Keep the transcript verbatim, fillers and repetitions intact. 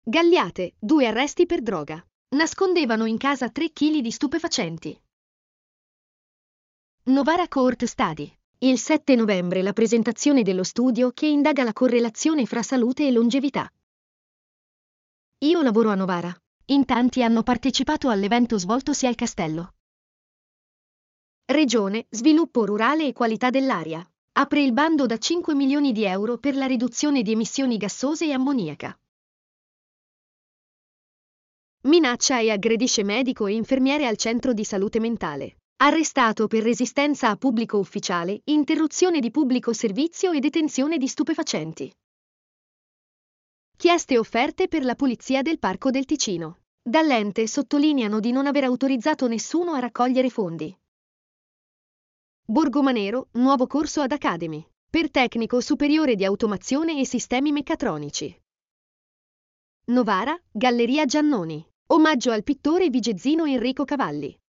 Galliate, due arresti per droga. Nascondevano in casa tre chili di stupefacenti. Novara Court Study. Il sette novembre la presentazione dello studio che indaga la correlazione fra salute e longevità. Io lavoro a Novara. In tanti hanno partecipato all'evento svoltosi al castello. Regione, sviluppo rurale e qualità dell'aria. Apre il bando da cinque milioni di euro per la riduzione di emissioni gassose e ammoniaca. Minaccia e aggredisce medico e infermiere al centro di salute mentale. Arrestato per resistenza a pubblico ufficiale, interruzione di pubblico servizio e detenzione di stupefacenti. Chieste offerte per la pulizia del Parco del Ticino. Dall'ente sottolineano di non aver autorizzato nessuno a raccogliere fondi. Borgomanero, nuovo corso ad Academy. Per tecnico superiore di automazione e sistemi meccatronici. Novara, Galleria Giannoni. Omaggio al pittore vigezzino Enrico Cavalli.